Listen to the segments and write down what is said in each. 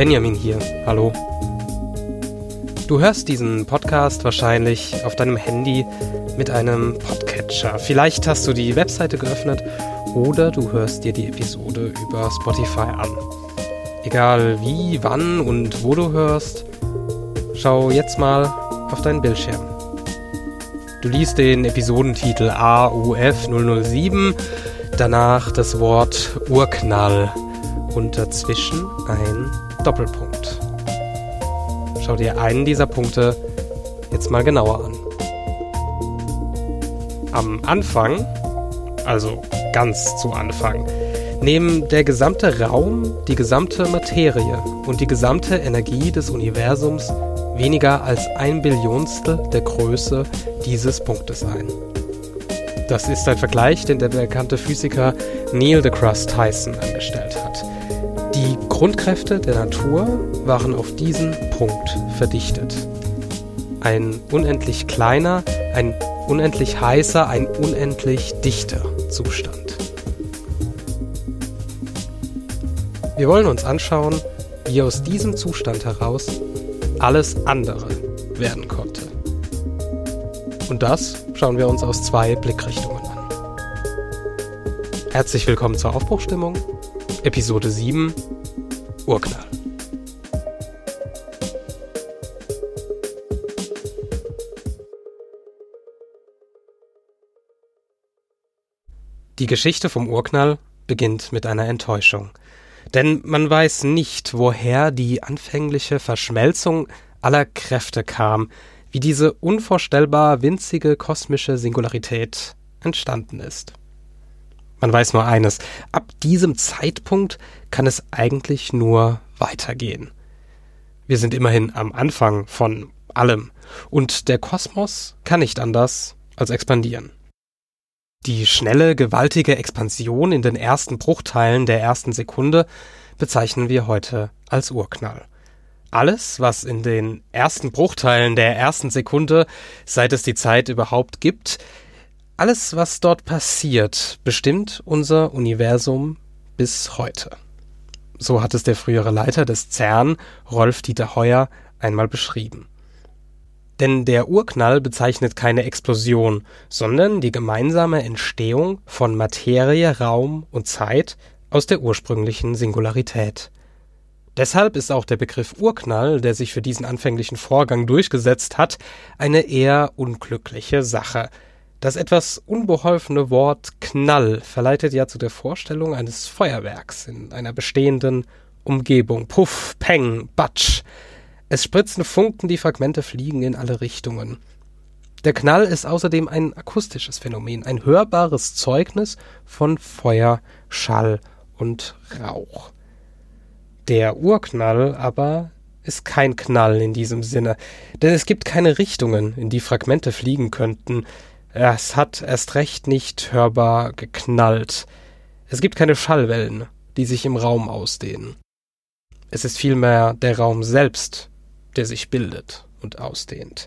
Benjamin hier, hallo. Du hörst diesen Podcast wahrscheinlich auf deinem Handy mit einem Podcatcher. Vielleicht hast du die Webseite geöffnet oder du hörst dir die Episode über Spotify an. Egal wie, wann und wo du hörst, schau jetzt mal auf deinen Bildschirm. Du liest den Episodentitel AUF 007, danach das Wort Urknall und dazwischen ein Doppelpunkt. Schau dir einen dieser Punkte jetzt mal genauer an. Am Anfang, also ganz zu Anfang, nehmen der gesamte Raum, die gesamte Materie und die gesamte Energie des Universums weniger als 1 Billionstel der Größe dieses Punktes ein. Das ist ein Vergleich, den der bekannte Physiker Neil deGrasse Tyson angestellt hat. Die Grundkräfte der Natur waren auf diesen Punkt verdichtet. Ein unendlich kleiner, ein unendlich heißer, ein unendlich dichter Zustand. Wir wollen uns anschauen, wie aus diesem Zustand heraus alles andere werden konnte. Und das schauen wir uns aus 2 Blickrichtungen an. Herzlich willkommen zur Aufbruchstimmung, Episode 7, Urknall. Die Geschichte vom Urknall beginnt mit einer Enttäuschung. Denn man weiß nicht, woher die anfängliche Verschmelzung aller Kräfte kam, wie diese unvorstellbar winzige kosmische Singularität entstanden ist. Man weiß nur eines: ab diesem Zeitpunkt kann es eigentlich nur weitergehen. Wir sind immerhin am Anfang von allem und der Kosmos kann nicht anders als expandieren. Die schnelle, gewaltige Expansion in den ersten Bruchteilen der ersten Sekunde bezeichnen wir heute als Urknall. Alles, was in den ersten Bruchteilen der ersten Sekunde, seit es die Zeit überhaupt gibt, alles, was dort passiert, bestimmt unser Universum bis heute. So hat es der frühere Leiter des CERN, Rolf-Dieter Heuer, einmal beschrieben. Denn der Urknall bezeichnet keine Explosion, sondern die gemeinsame Entstehung von Materie, Raum und Zeit aus der ursprünglichen Singularität. Deshalb ist auch der Begriff Urknall, der sich für diesen anfänglichen Vorgang durchgesetzt hat, eine eher unglückliche Sache. Das etwas unbeholfene Wort Knall verleitet ja zu der Vorstellung eines Feuerwerks in einer bestehenden Umgebung. Puff, Peng, Batsch. Es spritzen Funken, die Fragmente fliegen in alle Richtungen. Der Knall ist außerdem ein akustisches Phänomen, ein hörbares Zeugnis von Feuer, Schall und Rauch. Der Urknall aber ist kein Knall in diesem Sinne, denn es gibt keine Richtungen, in die Fragmente fliegen könnten. Es hat erst recht nicht hörbar geknallt. Es gibt keine Schallwellen, die sich im Raum ausdehnen. Es ist vielmehr der Raum selbst, der sich bildet und ausdehnt.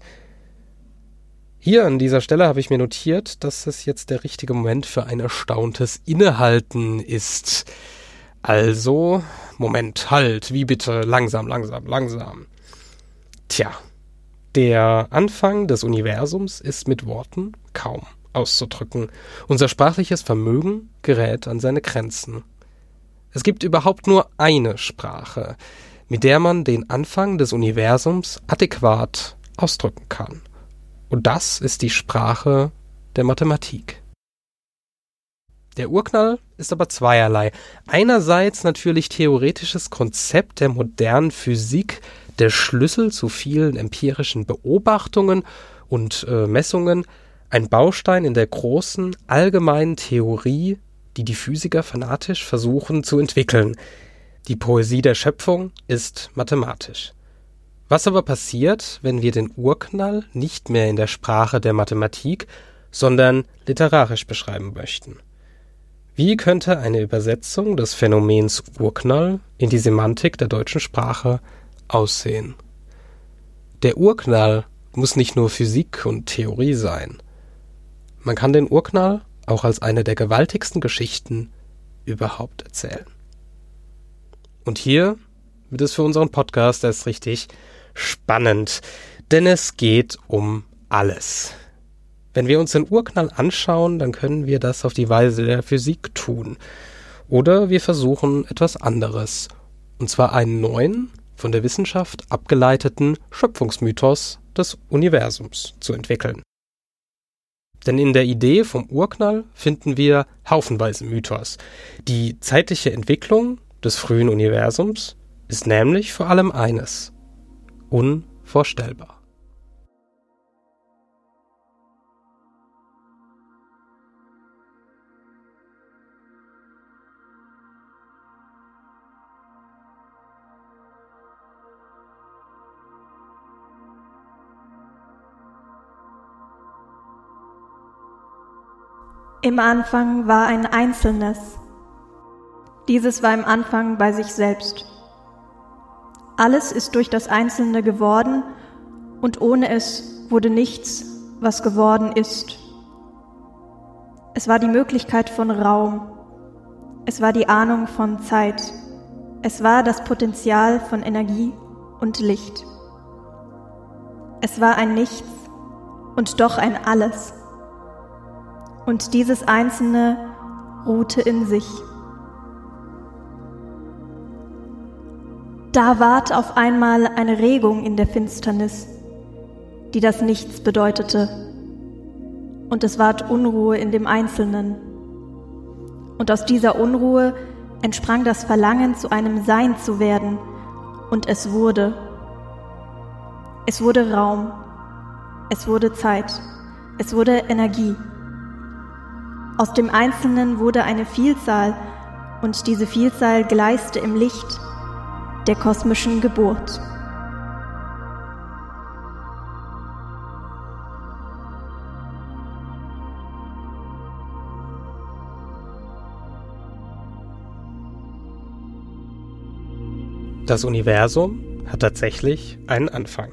Hier an dieser Stelle habe ich mir notiert, dass es jetzt der richtige Moment für ein erstauntes Innehalten ist. Also, Moment, halt, wie bitte, langsam. Tja, der Anfang des Universums ist mit Worten kaum auszudrücken. Unser sprachliches Vermögen gerät an seine Grenzen. Es gibt überhaupt nur eine Sprache, mit der man den Anfang des Universums adäquat ausdrücken kann. Und das ist die Sprache der Mathematik. Der Urknall ist aber zweierlei. Einerseits natürlich theoretisches Konzept der modernen Physik, der Schlüssel zu vielen empirischen Beobachtungen und Messungen, ein Baustein in der großen, allgemeinen Theorie, die die Physiker fanatisch versuchen zu entwickeln. Die Poesie der Schöpfung ist mathematisch. Was aber passiert, wenn wir den Urknall nicht mehr in der Sprache der Mathematik, sondern literarisch beschreiben möchten? Wie könnte eine Übersetzung des Phänomens Urknall in die Semantik der deutschen Sprache aussehen? Der Urknall muss nicht nur Physik und Theorie sein. Man kann den Urknall auch als eine der gewaltigsten Geschichten überhaupt erzählen. Und hier wird es für unseren Podcast erst richtig spannend, denn es geht um alles. Wenn wir uns den Urknall anschauen, dann können wir das auf die Weise der Physik tun. Oder wir versuchen etwas anderes, und zwar einen neuen, von der Wissenschaft abgeleiteten Schöpfungsmythos des Universums zu entwickeln. Denn in der Idee vom Urknall finden wir haufenweise Mythos. Die zeitliche Entwicklung des frühen Universums ist nämlich vor allem eines: unvorstellbar. Im Anfang war ein Einzelnes. Dieses war im Anfang bei sich selbst. Alles ist durch das Einzelne geworden, und ohne es wurde nichts, was geworden ist. Es war die Möglichkeit von Raum. Es war die Ahnung von Zeit. Es war das Potenzial von Energie und Licht. Es war ein Nichts und doch ein Alles. Und dieses Einzelne ruhte in sich. Da ward auf einmal eine Regung in der Finsternis, die das Nichts bedeutete. Und es ward Unruhe in dem Einzelnen. Und aus dieser Unruhe entsprang das Verlangen, zu einem Sein zu werden. Und es wurde. Es wurde Raum. Es wurde Zeit. Es wurde Energie. Aus dem Einzelnen wurde eine Vielzahl, und diese Vielzahl gleiste im Licht der kosmischen Geburt. Das Universum hat tatsächlich einen Anfang.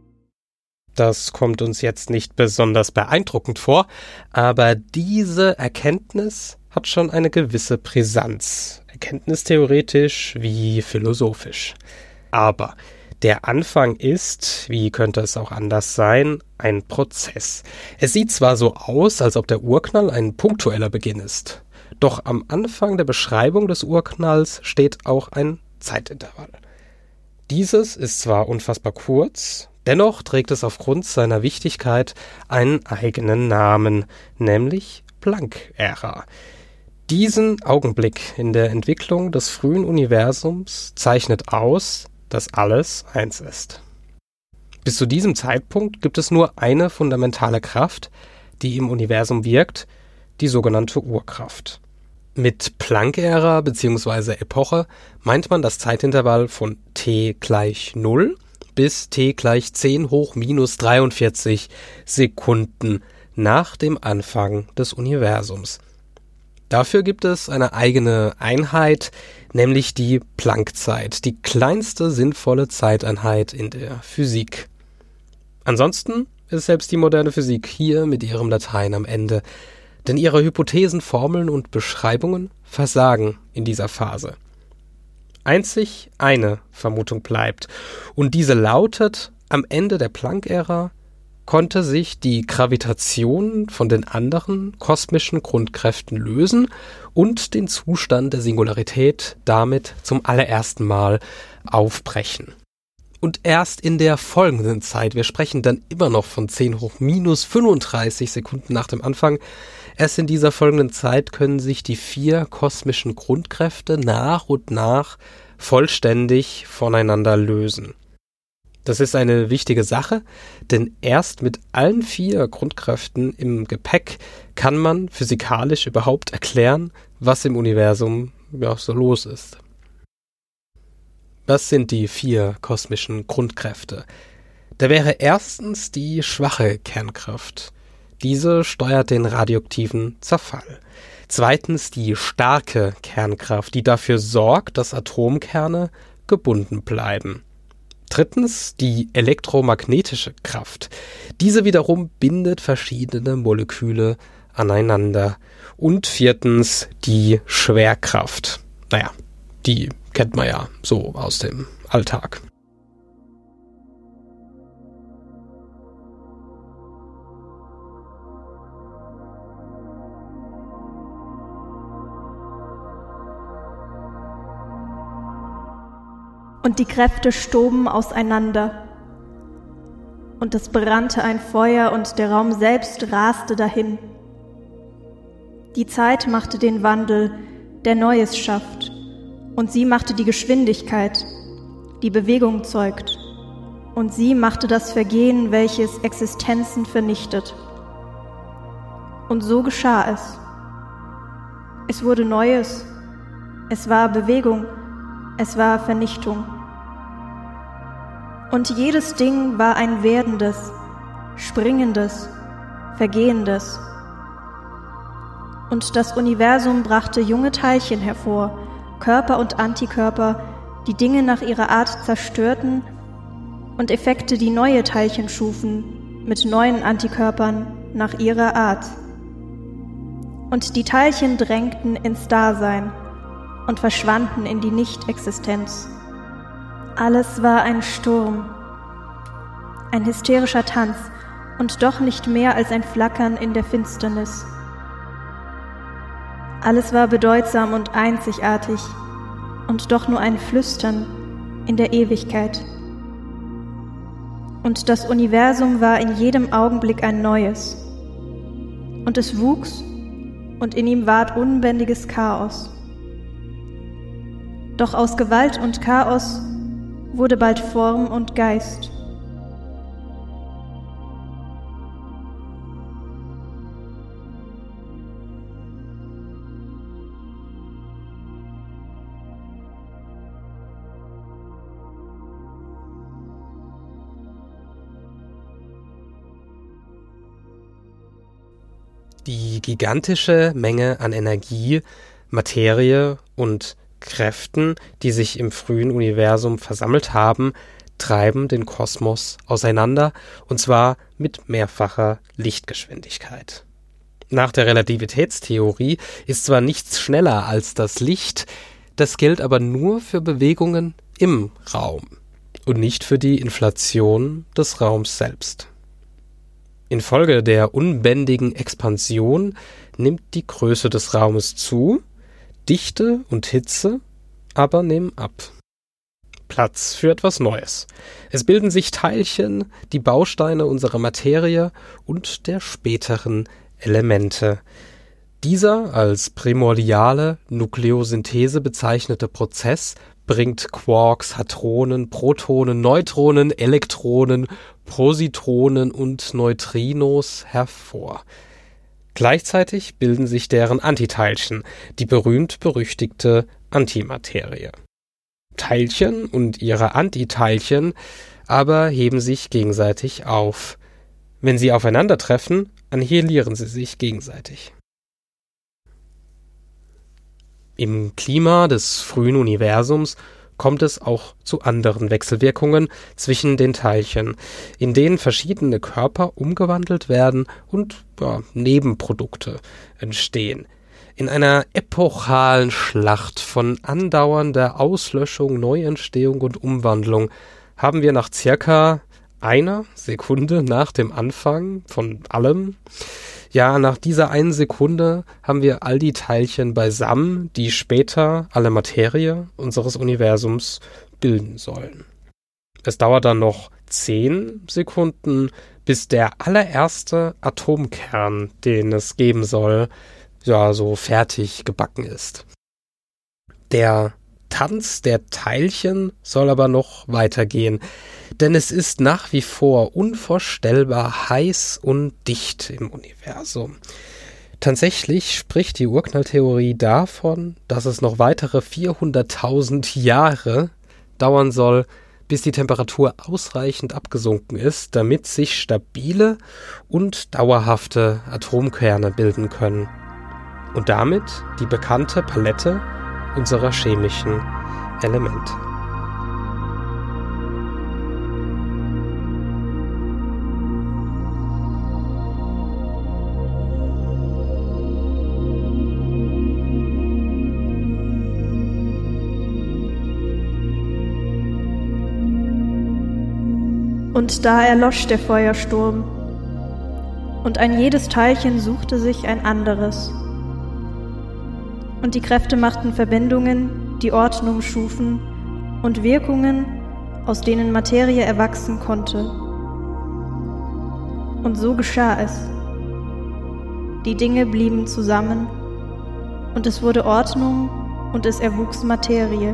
Das kommt uns jetzt nicht besonders beeindruckend vor, aber diese Erkenntnis hat schon eine gewisse Brisanz, erkenntnistheoretisch wie philosophisch. Aber der Anfang ist, wie könnte es auch anders sein, ein Prozess. Es sieht zwar so aus, als ob der Urknall ein punktueller Beginn ist, doch am Anfang der Beschreibung des Urknalls steht auch ein Zeitintervall. Dieses ist zwar unfassbar kurz, dennoch trägt es aufgrund seiner Wichtigkeit einen eigenen Namen, nämlich Planck-Ära. Diesen Augenblick in der Entwicklung des frühen Universums zeichnet aus, dass alles eins ist. Bis zu diesem Zeitpunkt gibt es nur eine fundamentale Kraft, die im Universum wirkt, die sogenannte Urkraft. Mit Planck-Ära bzw. Epoche meint man das Zeitintervall von t gleich 0 bis t gleich 10 hoch minus 43 Sekunden nach dem Anfang des Universums. Dafür gibt es eine eigene Einheit, nämlich die Planck-Zeit, die kleinste sinnvolle Zeiteinheit in der Physik. Ansonsten ist selbst die moderne Physik hier mit ihrem Latein am Ende, denn ihre Hypothesen, Formeln und Beschreibungen versagen in dieser Phase. Einzig eine Vermutung bleibt, und diese lautet: Am Ende der Planck-Ära konnte sich die Gravitation von den anderen kosmischen Grundkräften lösen und den Zustand der Singularität damit zum allerersten Mal aufbrechen. Und erst in der folgenden Zeit, wir sprechen dann immer noch von 10 hoch minus 35 Sekunden nach dem Anfang, erst in dieser folgenden Zeit können sich die 4 kosmischen Grundkräfte nach und nach vollständig voneinander lösen. Das ist eine wichtige Sache, denn erst mit allen 4 Grundkräften im Gepäck kann man physikalisch überhaupt erklären, was im Universum so los ist. Was sind die 4 kosmischen Grundkräfte? Da wäre erstens die schwache Kernkraft. Diese steuert den radioaktiven Zerfall. Zweitens die starke Kernkraft, die dafür sorgt, dass Atomkerne gebunden bleiben. Drittens die elektromagnetische Kraft. Diese wiederum bindet verschiedene Moleküle aneinander. Und viertens die Schwerkraft. Die kennt man ja so aus dem Alltag. Und die Kräfte stoben auseinander. Und es brannte ein Feuer und der Raum selbst raste dahin. Die Zeit machte den Wandel, der Neues schafft, und sie machte die Geschwindigkeit, die Bewegung zeugt, und sie machte das Vergehen, welches Existenzen vernichtet. Und so geschah es. Es wurde Neues, es war Bewegung, es war Vernichtung. Und jedes Ding war ein Werdendes, Springendes, Vergehendes. Und das Universum brachte junge Teilchen hervor, Körper und Antikörper, die Dinge nach ihrer Art zerstörten, und Effekte, die neue Teilchen schufen, mit neuen Antikörpern nach ihrer Art. Und die Teilchen drängten ins Dasein und verschwanden in die Nicht-Existenz. Alles war ein Sturm, ein hysterischer Tanz und doch nicht mehr als ein Flackern in der Finsternis. Alles war bedeutsam und einzigartig und doch nur ein Flüstern in der Ewigkeit. Und das Universum war in jedem Augenblick ein neues. Und es wuchs und in ihm ward unbändiges Chaos. Doch aus Gewalt und Chaos wurde bald Form und Geist. Die gigantische Menge an Energie, Materie und Kräften, die sich im frühen Universum versammelt haben, treiben den Kosmos auseinander, und zwar mit mehrfacher Lichtgeschwindigkeit. Nach der Relativitätstheorie ist zwar nichts schneller als das Licht, das gilt aber nur für Bewegungen im Raum und nicht für die Inflation des Raums selbst. Infolge der unbändigen Expansion nimmt die Größe des Raumes zu, Dichte und Hitze aber nehmen ab. Platz für etwas Neues. Es bilden sich Teilchen, die Bausteine unserer Materie und der späteren Elemente. Dieser als primordiale Nukleosynthese bezeichnete Prozess bringt Quarks, Hadronen, Protonen, Neutronen, Elektronen, Positronen und Neutrinos hervor. Gleichzeitig bilden sich deren Antiteilchen, die berühmt-berüchtigte Antimaterie. Teilchen und ihre Antiteilchen aber heben sich gegenseitig auf. Wenn sie aufeinandertreffen, annihilieren sie sich gegenseitig. Im Klima des frühen Universums kommt es auch zu anderen Wechselwirkungen zwischen den Teilchen, in denen verschiedene Körper umgewandelt werden und Nebenprodukte entstehen. In einer epochalen Schlacht von andauernder Auslöschung, Neuentstehung und Umwandlung haben wir nach circa einer Sekunde nach dem Anfang von allem, nach dieser einen Sekunde haben wir all die Teilchen beisammen, die später alle Materie unseres Universums bilden sollen. Es dauert dann noch 10 Sekunden, bis der allererste Atomkern, den es geben soll, so fertig gebacken ist. Der Tanz der Teilchen soll aber noch weitergehen, denn es ist nach wie vor unvorstellbar heiß und dicht im Universum. Tatsächlich spricht die Urknalltheorie davon, dass es noch weitere 400.000 Jahre dauern soll, bis die Temperatur ausreichend abgesunken ist, damit sich stabile und dauerhafte Atomkerne bilden können. Und damit die bekannte Palette unserer chemischen Elemente. Und da erlosch der Feuersturm, und ein jedes Teilchen suchte sich ein anderes. Und die Kräfte machten Verbindungen, die Ordnung schufen, und Wirkungen, aus denen Materie erwachsen konnte. Und so geschah es. Die Dinge blieben zusammen, und es wurde Ordnung, und es erwuchs Materie.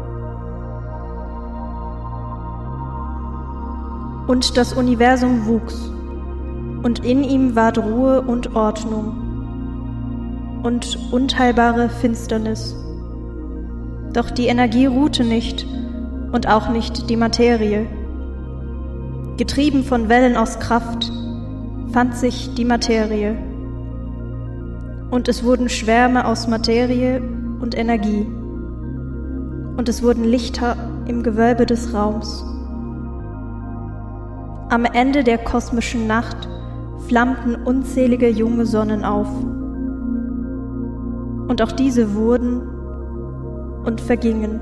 Und das Universum wuchs, und in ihm ward Ruhe und Ordnung und unteilbare Finsternis. Doch die Energie ruhte nicht und auch nicht die Materie. Getrieben von Wellen aus Kraft fand sich die Materie. Und es wurden Schwärme aus Materie und Energie. Und es wurden Lichter im Gewölbe des Raums. Am Ende der kosmischen Nacht flammten unzählige junge Sonnen auf. Und auch diese wurden und vergingen.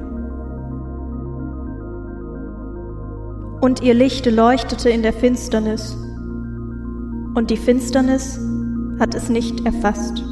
Und ihr Licht leuchtete in der Finsternis, und die Finsternis hat es nicht erfasst.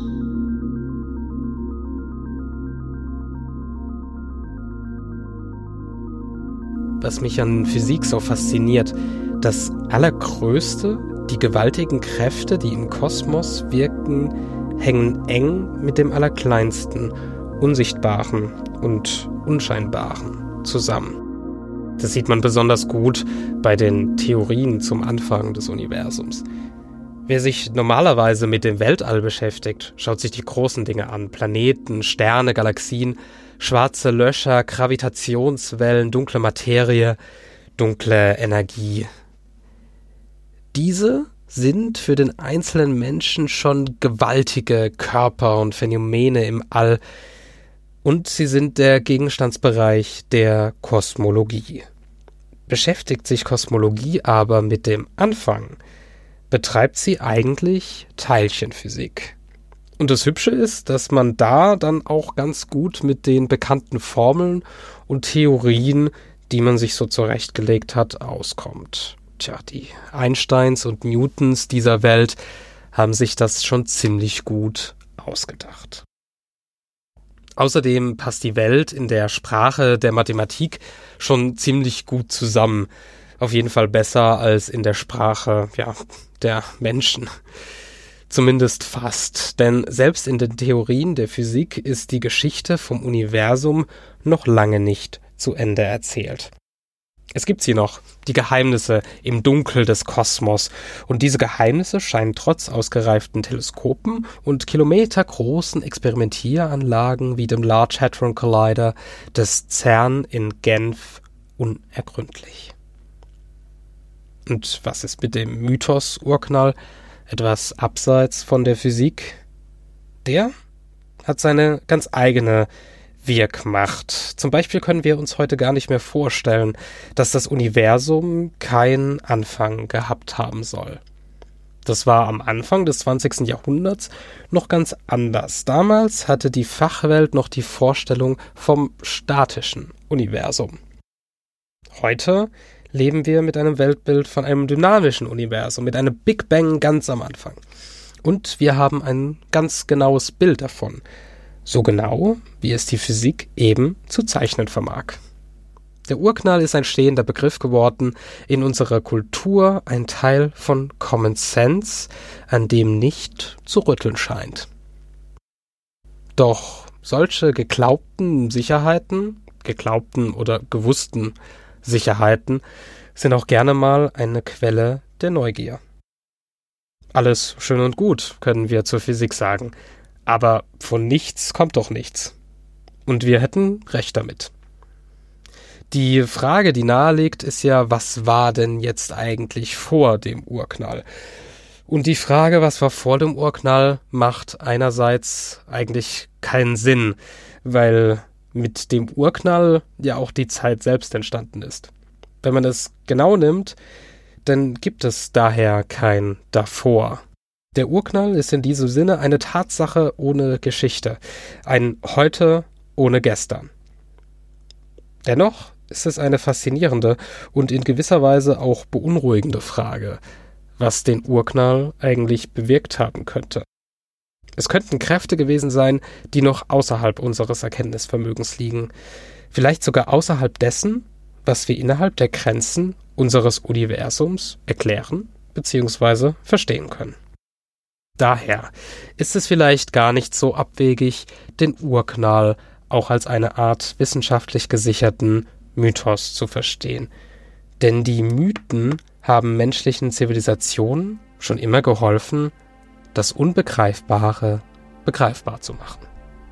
Was mich an Physik so fasziniert, das Allergrößte, die gewaltigen Kräfte, die im Kosmos wirken, hängen eng mit dem Allerkleinsten, Unsichtbaren und Unscheinbaren zusammen. Das sieht man besonders gut bei den Theorien zum Anfang des Universums. Wer sich normalerweise mit dem Weltall beschäftigt, schaut sich die großen Dinge an. Planeten, Sterne, Galaxien, schwarze Löcher, Gravitationswellen, dunkle Materie, dunkle Energie. Diese sind für den einzelnen Menschen schon gewaltige Körper und Phänomene im All, und sie sind der Gegenstandsbereich der Kosmologie. Beschäftigt sich Kosmologie aber mit dem Anfang, betreibt sie eigentlich Teilchenphysik. Und das Hübsche ist, dass man da dann auch ganz gut mit den bekannten Formeln und Theorien, die man sich so zurechtgelegt hat, auskommt. Tja, die Einsteins und Newtons dieser Welt haben sich das schon ziemlich gut ausgedacht. Außerdem passt die Welt in der Sprache der Mathematik schon ziemlich gut zusammen. Auf jeden Fall besser als in der Sprache, der Menschen. Zumindest fast, denn selbst in den Theorien der Physik ist die Geschichte vom Universum noch lange nicht zu Ende erzählt. Es gibt sie noch, die Geheimnisse im Dunkel des Kosmos, und diese Geheimnisse scheinen trotz ausgereiften Teleskopen und kilometergroßen Experimentieranlagen wie dem Large Hadron Collider des CERN in Genf unergründlich. Und was ist mit dem Mythos Urknall etwas abseits von der Physik? Der hat seine ganz eigene Wirkmacht. Zum Beispiel können wir uns heute gar nicht mehr vorstellen, dass das Universum keinen Anfang gehabt haben soll. Das war am Anfang des 20. Jahrhunderts noch ganz anders. Damals hatte die Fachwelt noch die Vorstellung vom statischen Universum. Heute leben wir mit einem Weltbild von einem dynamischen Universum, mit einem Big Bang ganz am Anfang. Und wir haben ein ganz genaues Bild davon. So genau, wie es die Physik eben zu zeichnen vermag. Der Urknall ist ein stehender Begriff geworden, in unserer Kultur ein Teil von Common Sense, an dem nicht zu rütteln scheint. Doch solche geglaubten oder gewussten Sicherheiten sind auch gerne mal eine Quelle der Neugier. Alles schön und gut, können wir zur Physik sagen. Aber von nichts kommt doch nichts. Und wir hätten recht damit. Die Frage, die naheliegt, ist ja, was war denn jetzt eigentlich vor dem Urknall? Und die Frage, was war vor dem Urknall, macht einerseits eigentlich keinen Sinn, weil mit dem Urknall ja auch die Zeit selbst entstanden ist. Wenn man es genau nimmt, dann gibt es daher kein Davor. Der Urknall ist in diesem Sinne eine Tatsache ohne Geschichte, ein Heute ohne Gestern. Dennoch ist es eine faszinierende und in gewisser Weise auch beunruhigende Frage, was den Urknall eigentlich bewirkt haben könnte. Es könnten Kräfte gewesen sein, die noch außerhalb unseres Erkenntnisvermögens liegen, vielleicht sogar außerhalb dessen, was wir innerhalb der Grenzen unseres Universums erklären bzw. verstehen können. Daher ist es vielleicht gar nicht so abwegig, den Urknall auch als eine Art wissenschaftlich gesicherten Mythos zu verstehen. Denn die Mythen haben menschlichen Zivilisationen schon immer geholfen, das Unbegreifbare begreifbar zu machen.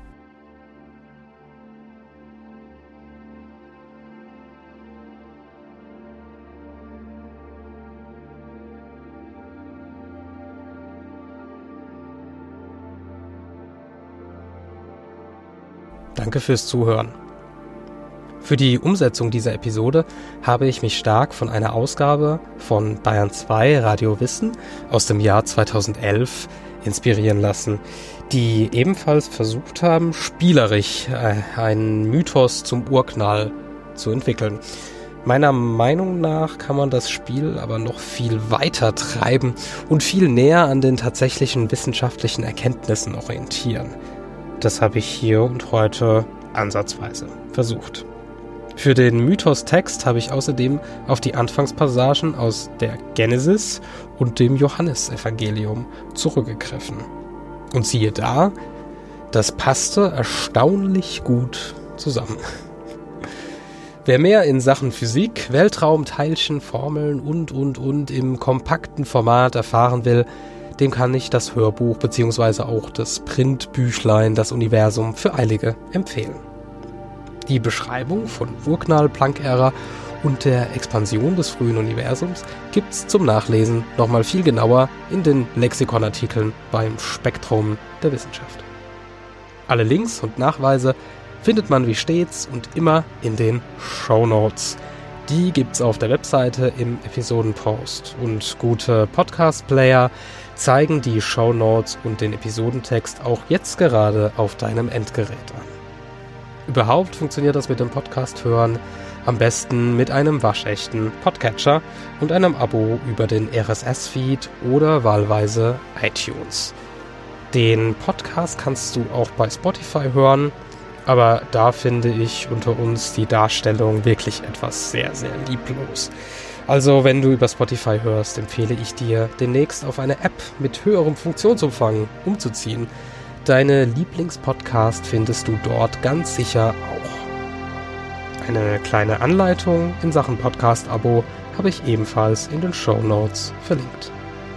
Danke fürs Zuhören. Für die Umsetzung dieser Episode habe ich mich stark von einer Ausgabe von Bayern 2 Radio Wissen aus dem Jahr 2011 inspirieren lassen, die ebenfalls versucht haben, spielerisch einen Mythos zum Urknall zu entwickeln. Meiner Meinung nach kann man das Spiel aber noch viel weiter treiben und viel näher an den tatsächlichen wissenschaftlichen Erkenntnissen orientieren. Das habe ich hier und heute ansatzweise versucht. Für den Mythos-Text habe ich außerdem auf die Anfangspassagen aus der Genesis und dem Johannesevangelium zurückgegriffen. Und siehe da, das passte erstaunlich gut zusammen. Wer mehr in Sachen Physik, Weltraum, Teilchen, Formeln und im kompakten Format erfahren will, dem kann ich das Hörbuch bzw. auch das Printbüchlein Das Universum für Eilige empfehlen. Die Beschreibung von Urknall, Planck-Ära und der Expansion des frühen Universums gibt's zum Nachlesen nochmal viel genauer in den Lexikonartikeln beim Spektrum der Wissenschaft. Alle Links und Nachweise findet man wie stets und immer in den Shownotes. Die gibt's auf der Webseite im Episodenpost. Und gute Podcast-Player zeigen die Shownotes und den Episodentext auch jetzt gerade auf deinem Endgerät an. Überhaupt funktioniert das mit dem Podcast hören am besten mit einem waschechten Podcatcher und einem Abo über den RSS-Feed oder wahlweise iTunes. Den Podcast kannst du auch bei Spotify hören, aber da finde ich unter uns die Darstellung wirklich etwas sehr, sehr lieblos. Also wenn du über Spotify hörst, empfehle ich dir, demnächst auf eine App mit höherem Funktionsumfang umzuziehen. Deine Lieblingspodcast findest du dort ganz sicher auch. Eine kleine Anleitung in Sachen Podcast-Abo habe ich ebenfalls in den Shownotes verlinkt.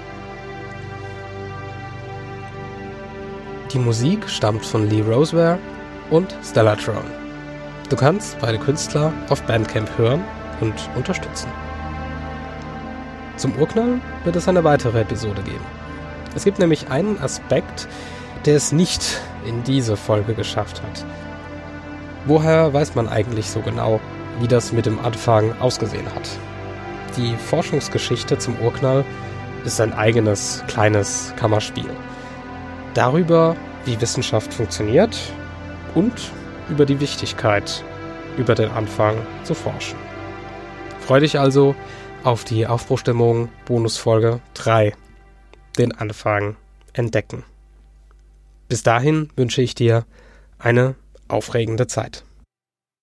Die Musik stammt von Lee Roseware und Stellatron. Du kannst beide Künstler auf Bandcamp hören und unterstützen. Zum Urknall wird es eine weitere Episode geben. Es gibt nämlich einen Aspekt, der es nicht in diese Folge geschafft hat. Woher weiß man eigentlich so genau, wie das mit dem Anfang ausgesehen hat? Die Forschungsgeschichte zum Urknall ist ein eigenes, kleines Kammerspiel. Darüber, wie Wissenschaft funktioniert und über die Wichtigkeit, über den Anfang zu forschen. Freu dich also auf die Aufbruchstimmung Bonusfolge 3, den Anfang entdecken. Bis dahin wünsche ich dir eine aufregende Zeit.